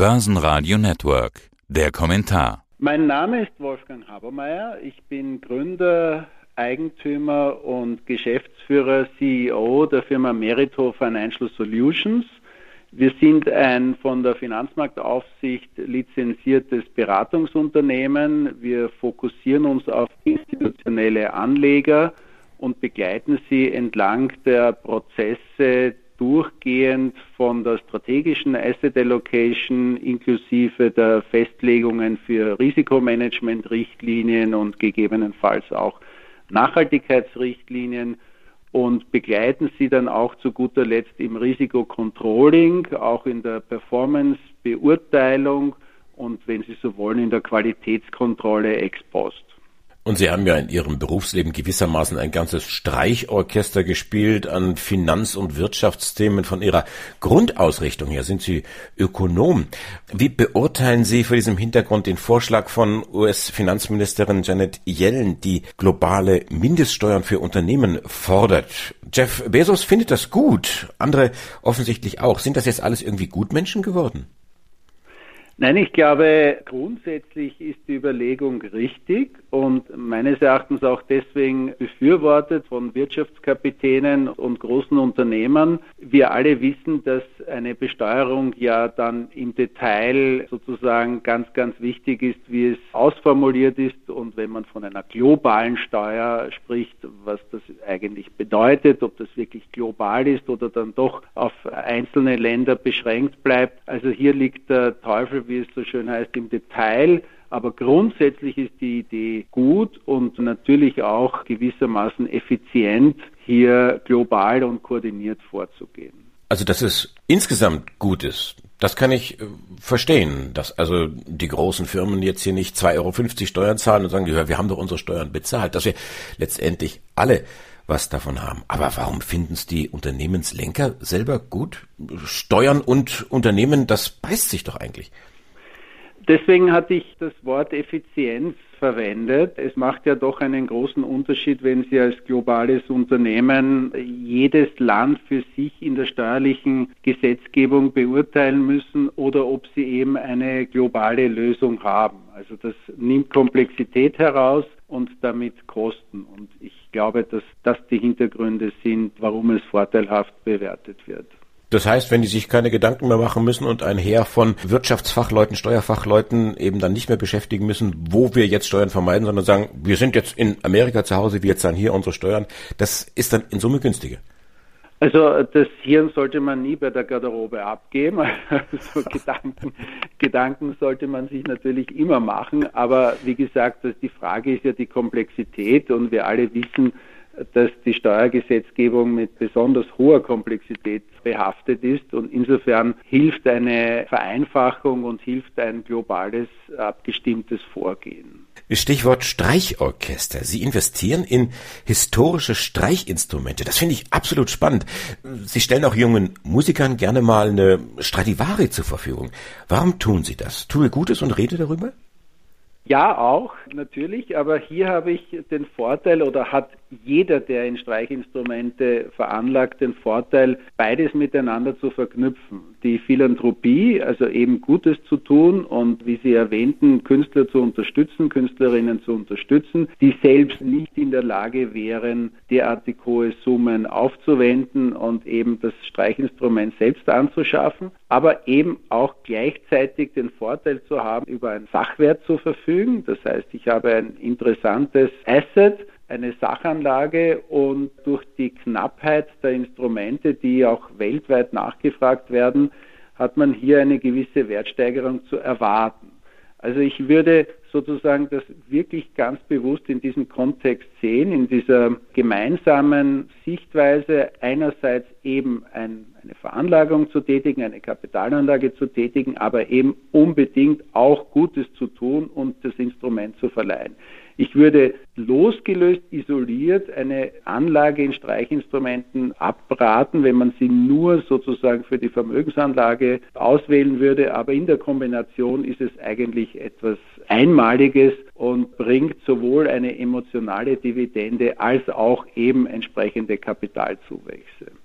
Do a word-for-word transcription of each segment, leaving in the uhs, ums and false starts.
Börsenradio Network. Der Kommentar. Mein Name ist Wolfgang Habermeyer. Ich bin Gründer, Eigentümer und Geschäftsführer, C E O der Firma Merito Financial Solutions. Wir sind ein von der Finanzmarktaufsicht lizenziertes Beratungsunternehmen. Wir fokussieren uns auf institutionelle Anleger und begleiten sie entlang der Prozesse durchgehend von der strategischen Asset Allocation inklusive der Festlegungen für Risikomanagement-Richtlinien und gegebenenfalls auch Nachhaltigkeitsrichtlinien und begleiten sie dann auch zu guter Letzt im Risikocontrolling, auch in der Performance-Beurteilung und, wenn Sie so wollen, in der Qualitätskontrolle ex post. Und Sie haben ja in Ihrem Berufsleben gewissermaßen ein ganzes Streichorchester gespielt an Finanz- und Wirtschaftsthemen. Von Ihrer Grundausrichtung her sind Sie Ökonom. Wie beurteilen Sie vor diesem Hintergrund den Vorschlag von U S-Finanzministerin Janet Yellen, die globale Mindeststeuern für Unternehmen fordert? Jeff Bezos findet das gut, andere offensichtlich auch. Sind das jetzt alles irgendwie Gutmenschen geworden? Nein, ich glaube, grundsätzlich ist die Überlegung richtig und meines Erachtens auch deswegen befürwortet von Wirtschaftskapitänen und großen Unternehmern. Wir alle wissen, dass eine Besteuerung ja dann im Detail sozusagen ganz, ganz wichtig ist, wie es ausformuliert ist. Und wenn man von einer globalen Steuer spricht, was das eigentlich bedeutet, ob das wirklich global ist oder dann doch auf einzelne Länder beschränkt bleibt. Also hier liegt der Teufel, wie es so schön heißt, im Detail. Aber grundsätzlich ist die Idee gut und natürlich auch gewissermaßen effizient, hier global und koordiniert vorzugehen. Also, dass es insgesamt gut ist, das kann ich äh, verstehen, dass also die großen Firmen jetzt hier nicht zwei Euro fünfzig Steuern zahlen und sagen, ja, wir haben doch unsere Steuern bezahlt, dass wir letztendlich alle was davon haben. Aber warum finden es die Unternehmenslenker selber gut? Steuern und Unternehmen, das beißt sich doch eigentlich. Deswegen hatte ich das Wort Effizienz verwendet. Es macht ja doch einen großen Unterschied, wenn Sie als globales Unternehmen jedes Land für sich in der steuerlichen Gesetzgebung beurteilen müssen oder ob Sie eben eine globale Lösung haben. Also das nimmt Komplexität heraus und damit Kosten. Und ich glaube, dass das die Hintergründe sind, warum es vorteilhaft bewertet wird. Das heißt, wenn die sich keine Gedanken mehr machen müssen und ein Heer von Wirtschaftsfachleuten, Steuerfachleuten eben dann nicht mehr beschäftigen müssen, wo wir jetzt Steuern vermeiden, sondern sagen, wir sind jetzt in Amerika zu Hause, wir zahlen hier unsere Steuern, das ist dann in Summe günstiger. Also das Hirn sollte man nie bei der Garderobe abgeben. Also Gedanken, Gedanken sollte man sich natürlich immer machen. Aber wie gesagt, die Frage ist ja die Komplexität und wir alle wissen, dass die Steuergesetzgebung mit besonders hoher Komplexität behaftet ist und insofern hilft eine Vereinfachung und hilft ein globales, abgestimmtes Vorgehen. Stichwort Streichorchester. Sie investieren in historische Streichinstrumente. Das finde ich absolut spannend. Sie stellen auch jungen Musikern gerne mal eine Stradivari zur Verfügung. Warum tun Sie das? Tue Gutes und rede darüber? Ja, auch, natürlich, aber hier habe ich den Vorteil oder hat jeder, der in Streichinstrumente veranlagt, den Vorteil, beides miteinander zu verknüpfen. Die Philanthropie, also eben Gutes zu tun und, wie Sie erwähnten, Künstler zu unterstützen, Künstlerinnen zu unterstützen, die selbst nicht in der Lage wären, derartig hohe Summen aufzuwenden und eben das Streichinstrument selbst anzuschaffen, aber eben auch gleichzeitig den Vorteil zu haben, über einen Sachwert zu verfügen. Das heißt, ich habe ein interessantes Asset, eine Sachanlage und durch die Knappheit der Instrumente, die auch weltweit nachgefragt werden, hat man hier eine gewisse Wertsteigerung zu erwarten. Also ich würde sozusagen das wirklich ganz bewusst in diesem Kontext sehen, in dieser gemeinsamen Sichtweise, einerseits eben ein, eine Veranlagung zu tätigen, eine Kapitalanlage zu tätigen, aber eben unbedingt auch Gutes zu tun und das Instrument zu verleihen. Ich würde losgelöst, isoliert eine Anlage in Streichinstrumenten abraten, wenn man sie nur sozusagen für die Vermögensanlage auswählen würde. Aber in der Kombination ist es eigentlich etwas Einmaliges und bringt sowohl eine emotionale Dividende als auch eben entsprechende Kapitalzuwächse.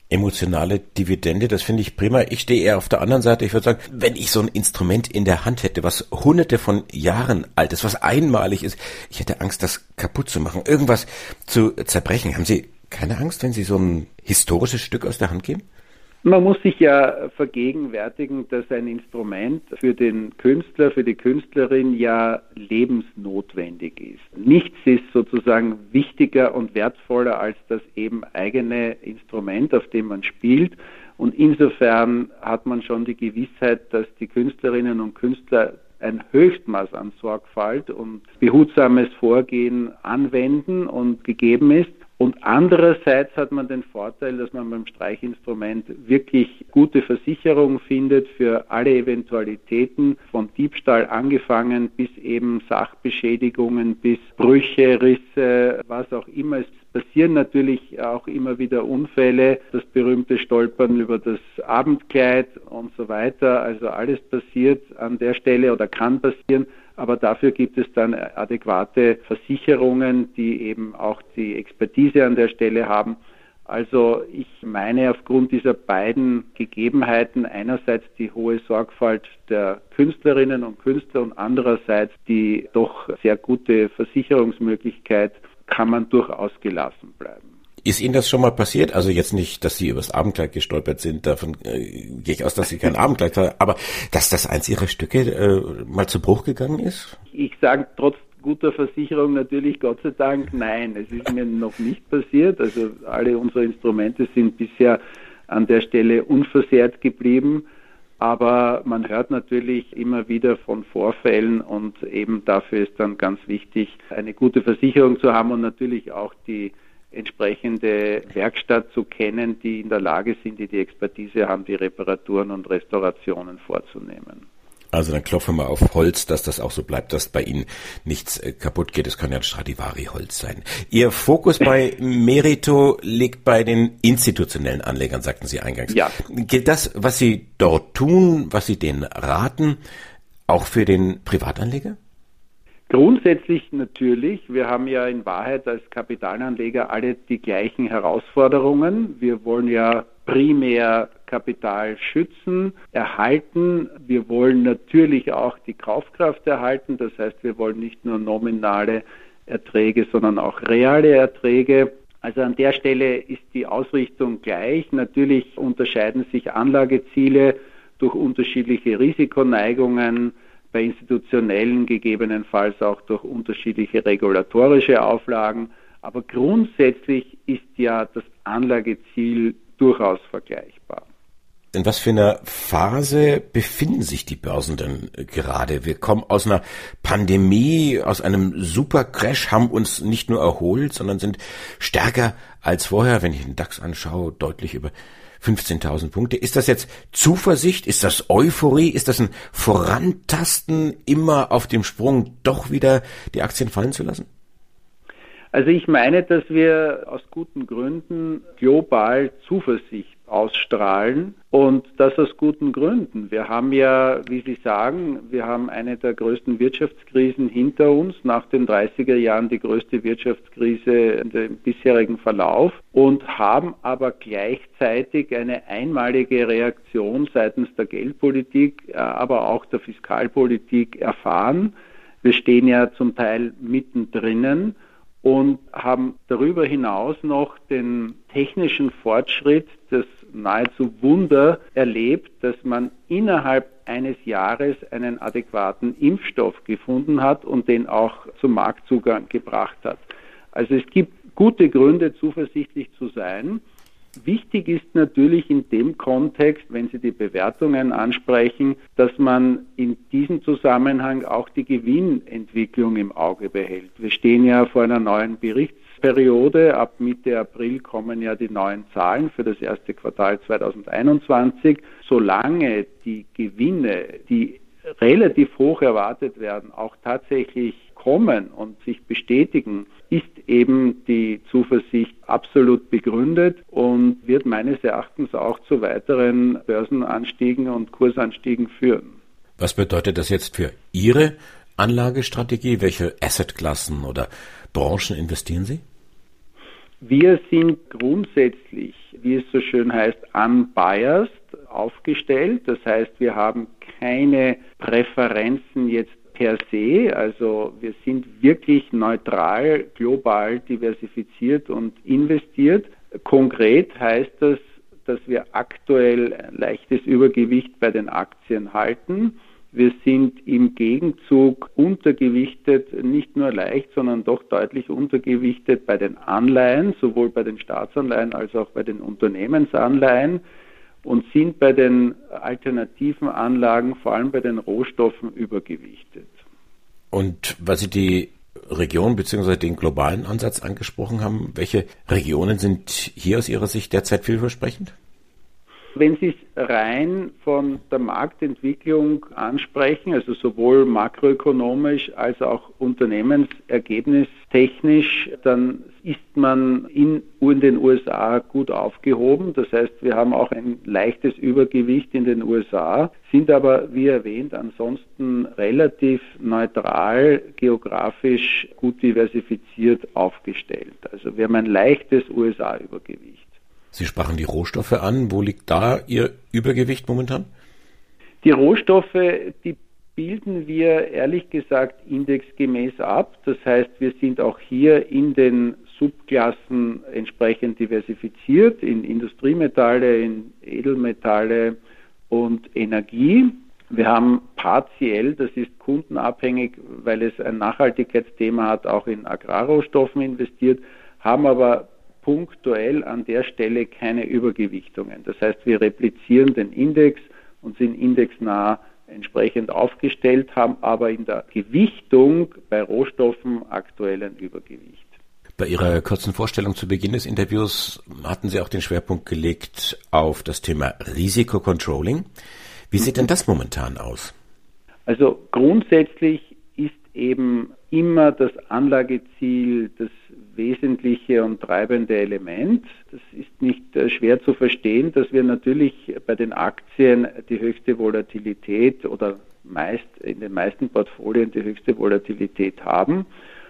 Emotionale Dividende, das finde ich prima. Ich stehe eher auf der anderen Seite. Ich würde sagen, wenn ich so ein Instrument in der Hand hätte, was hunderte von Jahren alt ist, was einmalig ist, ich hätte Angst, das kaputt zu machen, irgendwas zu zerbrechen. Haben Sie keine Angst, wenn Sie so ein historisches Stück aus der Hand geben? Man muss sich ja vergegenwärtigen, dass ein Instrument für den Künstler, für die Künstlerin ja lebensnotwendig ist. Nichts ist sozusagen wichtiger und wertvoller als das eben eigene Instrument, auf dem man spielt. Und insofern hat man schon die Gewissheit, dass die Künstlerinnen und Künstler ein Höchstmaß an Sorgfalt und behutsames Vorgehen anwenden und gegeben ist. Und andererseits hat man den Vorteil, dass man beim Streichinstrument wirklich gute Versicherung findet für alle Eventualitäten, von Diebstahl angefangen bis eben Sachbeschädigungen, bis Brüche, Risse, was auch immer. Es passieren natürlich auch immer wieder Unfälle, das berühmte Stolpern über das Abendkleid und so weiter. Also alles passiert an der Stelle oder kann passieren. Aber dafür gibt es dann adäquate Versicherungen, die eben auch die Expertise an der Stelle haben. Also ich meine, aufgrund dieser beiden Gegebenheiten, einerseits die hohe Sorgfalt der Künstlerinnen und Künstler und andererseits die doch sehr gute Versicherungsmöglichkeit, kann man durchaus gelassen bleiben. Ist Ihnen das schon mal passiert? Also jetzt nicht, dass Sie übers Abendkleid gestolpert sind, davon äh, gehe ich aus, dass Sie kein Abendkleid haben, aber dass das eins Ihrer Stücke äh, mal zu Bruch gegangen ist? Ich sage trotz guter Versicherung natürlich Gott sei Dank nein. Es ist mir noch nicht passiert. Also alle unsere Instrumente sind bisher an der Stelle unversehrt geblieben. Aber man hört natürlich immer wieder von Vorfällen und eben dafür ist dann ganz wichtig, eine gute Versicherung zu haben und natürlich auch die entsprechende Werkstatt zu kennen, die in der Lage sind, die die Expertise haben, die Reparaturen und Restaurationen vorzunehmen. Also dann klopfen wir auf Holz, dass das auch so bleibt, dass bei Ihnen nichts äh, kaputt geht. Es kann ja ein Stradivari-Holz sein. Ihr Fokus bei Merito liegt bei den institutionellen Anlegern, sagten Sie eingangs. Ja. Gilt das, was Sie dort tun, was Sie denen raten, auch für den Privatanleger? Grundsätzlich natürlich. Wir haben ja in Wahrheit als Kapitalanleger alle die gleichen Herausforderungen. Wir wollen ja primär Kapital schützen, erhalten. Wir wollen natürlich auch die Kaufkraft erhalten. Das heißt, wir wollen nicht nur nominale Erträge, sondern auch reale Erträge. Also an der Stelle ist die Ausrichtung gleich. Natürlich unterscheiden sich Anlageziele durch unterschiedliche Risikoneigungen, bei institutionellen gegebenenfalls auch durch unterschiedliche regulatorische Auflagen. Aber grundsätzlich ist ja das Anlageziel durchaus vergleichbar. In was für einer Phase befinden sich die Börsen denn gerade? Wir kommen aus einer Pandemie, aus einem Supercrash, haben uns nicht nur erholt, sondern sind stärker als vorher, wenn ich den DAX anschaue, deutlich über fünfzehntausend Punkte. Ist das jetzt Zuversicht? Ist das Euphorie? Ist das ein Vorantasten, immer auf dem Sprung doch wieder die Aktien fallen zu lassen? Also ich meine, dass wir aus guten Gründen global Zuversicht ausstrahlen und das aus guten Gründen. Wir haben ja, wie Sie sagen, wir haben eine der größten Wirtschaftskrisen hinter uns, nach den dreißiger Jahren die größte Wirtschaftskrise im bisherigen Verlauf und haben aber gleichzeitig eine einmalige Reaktion seitens der Geldpolitik, aber auch der Fiskalpolitik erfahren. Wir stehen ja zum Teil mittendrin und haben darüber hinaus noch den technischen Fortschritt, das nahezu Wunder erlebt, dass man innerhalb eines Jahres einen adäquaten Impfstoff gefunden hat und den auch zum Marktzugang gebracht hat. Also es gibt gute Gründe, zuversichtlich zu sein. Wichtig ist natürlich in dem Kontext, wenn Sie die Bewertungen ansprechen, dass man in diesem Zusammenhang auch die Gewinnentwicklung im Auge behält. Wir stehen ja vor einer neuen Berichtsperiode. Ab Mitte April kommen ja die neuen Zahlen für das erste Quartal zweitausendeinundzwanzig. Solange die Gewinne, die relativ hoch erwartet werden, auch tatsächlich kommen und sich bestätigen, ist eben die Zuversicht absolut begründet und wird meines Erachtens auch zu weiteren Börsenanstiegen und Kursanstiegen führen. Was bedeutet das jetzt für Ihre Anlagestrategie? Welche Assetklassen oder Branchen investieren Sie? Wir sind grundsätzlich, wie es so schön heißt, unbiased aufgestellt. Das heißt, wir haben keine Präferenzen jetzt per se. Also wir sind wirklich neutral, global diversifiziert und investiert. Konkret heißt das, dass wir aktuell ein leichtes Übergewicht bei den Aktien halten. Wir sind im Gegenzug untergewichtet, nicht nur leicht, sondern doch deutlich untergewichtet bei den Anleihen, sowohl bei den Staatsanleihen als auch bei den Unternehmensanleihen und sind bei den alternativen Anlagen, vor allem bei den Rohstoffen, übergewichtet. Und weil Sie die Region bzw. den globalen Ansatz angesprochen haben, welche Regionen sind hier aus Ihrer Sicht derzeit vielversprechend? Wenn Sie es rein von der Marktentwicklung ansprechen, also sowohl makroökonomisch als auch unternehmensergebnistechnisch, dann ist man in, in den U S A gut aufgehoben. Das heißt, wir haben auch ein leichtes Übergewicht in den U S A, sind aber, wie erwähnt, ansonsten relativ neutral, geografisch gut diversifiziert aufgestellt. Also wir haben ein leichtes U S A-Übergewicht. Sie sprachen die Rohstoffe an. Wo liegt da Ihr Übergewicht momentan? Die Rohstoffe, die bilden wir ehrlich gesagt indexgemäß ab. Das heißt, wir sind auch hier in den Subklassen entsprechend diversifiziert, in Industriemetalle, in Edelmetalle und Energie. Wir haben partiell, das ist kundenabhängig, weil es ein Nachhaltigkeitsthema hat, auch in Agrarrohstoffen investiert, haben aber punktuell an der Stelle keine Übergewichtungen. Das heißt, wir replizieren den Index und sind indexnah entsprechend aufgestellt, haben aber in der Gewichtung bei Rohstoffen aktuell ein Übergewicht. Bei Ihrer kurzen Vorstellung zu Beginn des Interviews hatten Sie auch den Schwerpunkt gelegt auf das Thema Risikocontrolling. Wie sieht denn das momentan aus? Also grundsätzlich ist eben immer das Anlageziel das wesentliche und treibende Element. Das ist nicht äh, schwer zu verstehen, dass wir natürlich bei den Aktien die höchste Volatilität oder meist in den meisten Portfolien die höchste Volatilität haben.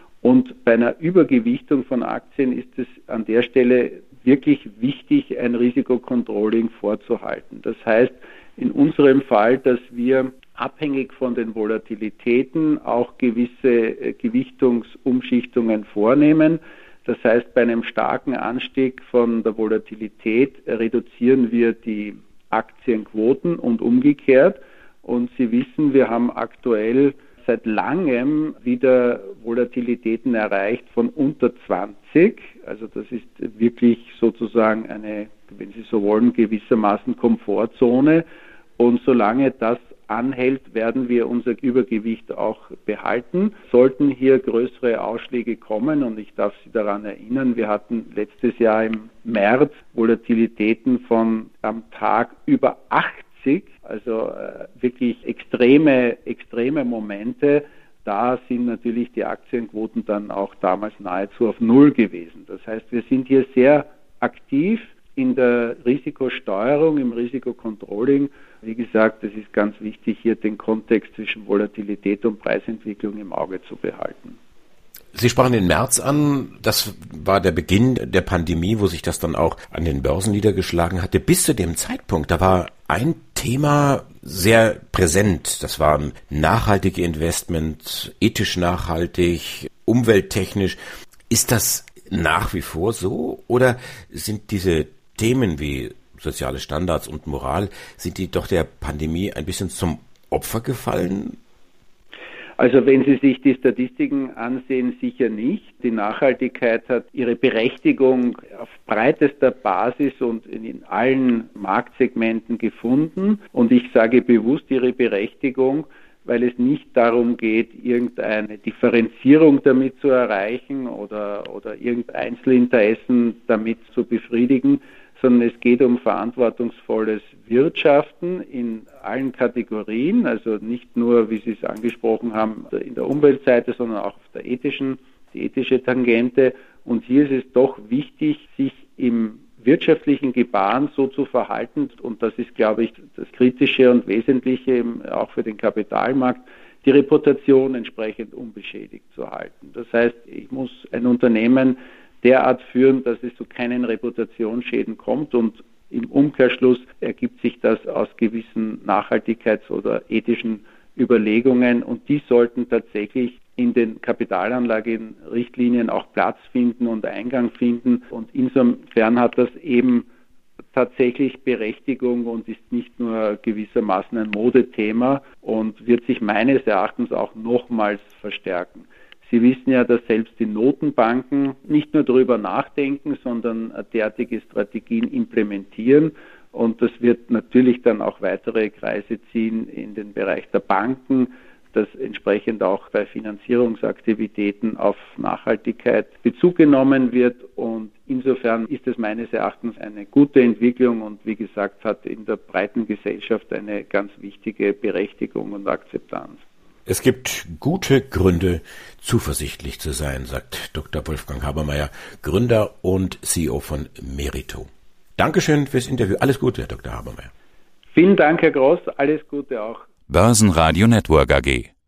Und bei einer Übergewichtung von Aktien ist es an der Stelle wirklich wichtig, ein Risikocontrolling vorzuhalten. Das heißt, in unserem Fall, dass wir abhängig von den Volatilitäten auch gewisse Gewichtungsumschichtungen vornehmen. Das heißt, bei einem starken Anstieg von der Volatilität reduzieren wir die Aktienquoten und umgekehrt. Und Sie wissen, wir haben aktuell seit langem wieder Volatilitäten erreicht von unter zwanzig. Also das ist wirklich sozusagen eine, wenn Sie so wollen, gewissermaßen Komfortzone. Und solange das anhält, werden wir unser Übergewicht auch behalten. Sollten hier größere Ausschläge kommen, und ich darf Sie daran erinnern, wir hatten letztes Jahr im März Volatilitäten von am Tag über achtzig, also äh, wirklich extreme, extreme Momente. Da sind natürlich die Aktienquoten dann auch damals nahezu auf Null gewesen. Das heißt, wir sind hier sehr aktiv in der Risikosteuerung, im Risikocontrolling. Wie gesagt, es ist ganz wichtig, hier den Kontext zwischen Volatilität und Preisentwicklung im Auge zu behalten. Sie sprachen den März an, das war der Beginn der Pandemie, wo sich das dann auch an den Börsen niedergeschlagen hatte. Bis zu dem Zeitpunkt, da war ein Thema sehr präsent. Das waren nachhaltige Investments, ethisch nachhaltig, umwelttechnisch. Ist das nach wie vor so oder sind diese Themen wie soziale Standards und Moral, sind die doch der Pandemie ein bisschen zum Opfer gefallen? Also wenn Sie sich die Statistiken ansehen, sicher nicht. Die Nachhaltigkeit hat ihre Berechtigung auf breitester Basis und in allen Marktsegmenten gefunden. Und ich sage bewusst ihre Berechtigung, weil es nicht darum geht, irgendeine Differenzierung damit zu erreichen oder, oder irgendein Einzelinteressen damit zu befriedigen, sondern es geht um verantwortungsvolles Wirtschaften in allen Kategorien, also nicht nur, wie Sie es angesprochen haben, in der Umweltseite, sondern auch auf der ethischen, die ethische Tangente. Und hier ist es doch wichtig, sich im wirtschaftlichen Gebaren so zu verhalten, und das ist, glaube ich, das Kritische und Wesentliche auch für den Kapitalmarkt, die Reputation entsprechend unbeschädigt zu halten. Das heißt, ich muss ein Unternehmen derart führen, dass es zu keinen Reputationsschäden kommt, und im Umkehrschluss ergibt sich das aus gewissen Nachhaltigkeits- oder ethischen Überlegungen, und die sollten tatsächlich in den Kapitalanlagenrichtlinien auch Platz finden und Eingang finden. Und insofern hat das eben tatsächlich Berechtigung und ist nicht nur gewissermaßen ein Modethema und wird sich meines Erachtens auch nochmals verstärken. Sie wissen ja, dass selbst die Notenbanken nicht nur darüber nachdenken, sondern derartige Strategien implementieren. Und das wird natürlich dann auch weitere Kreise ziehen in den Bereich der Banken, dass entsprechend auch bei Finanzierungsaktivitäten auf Nachhaltigkeit Bezug genommen wird. Und insofern ist es meines Erachtens eine gute Entwicklung und wie gesagt hat in der breiten Gesellschaft eine ganz wichtige Berechtigung und Akzeptanz. Es gibt gute Gründe, zuversichtlich zu sein, sagt Doktor Wolfgang Habermayr, Gründer und C E O von Merito. Dankeschön fürs Interview. Alles Gute, Herr Doktor Habermayr. Vielen Dank, Herr Groß. Alles Gute auch. Börsenradio Network A G.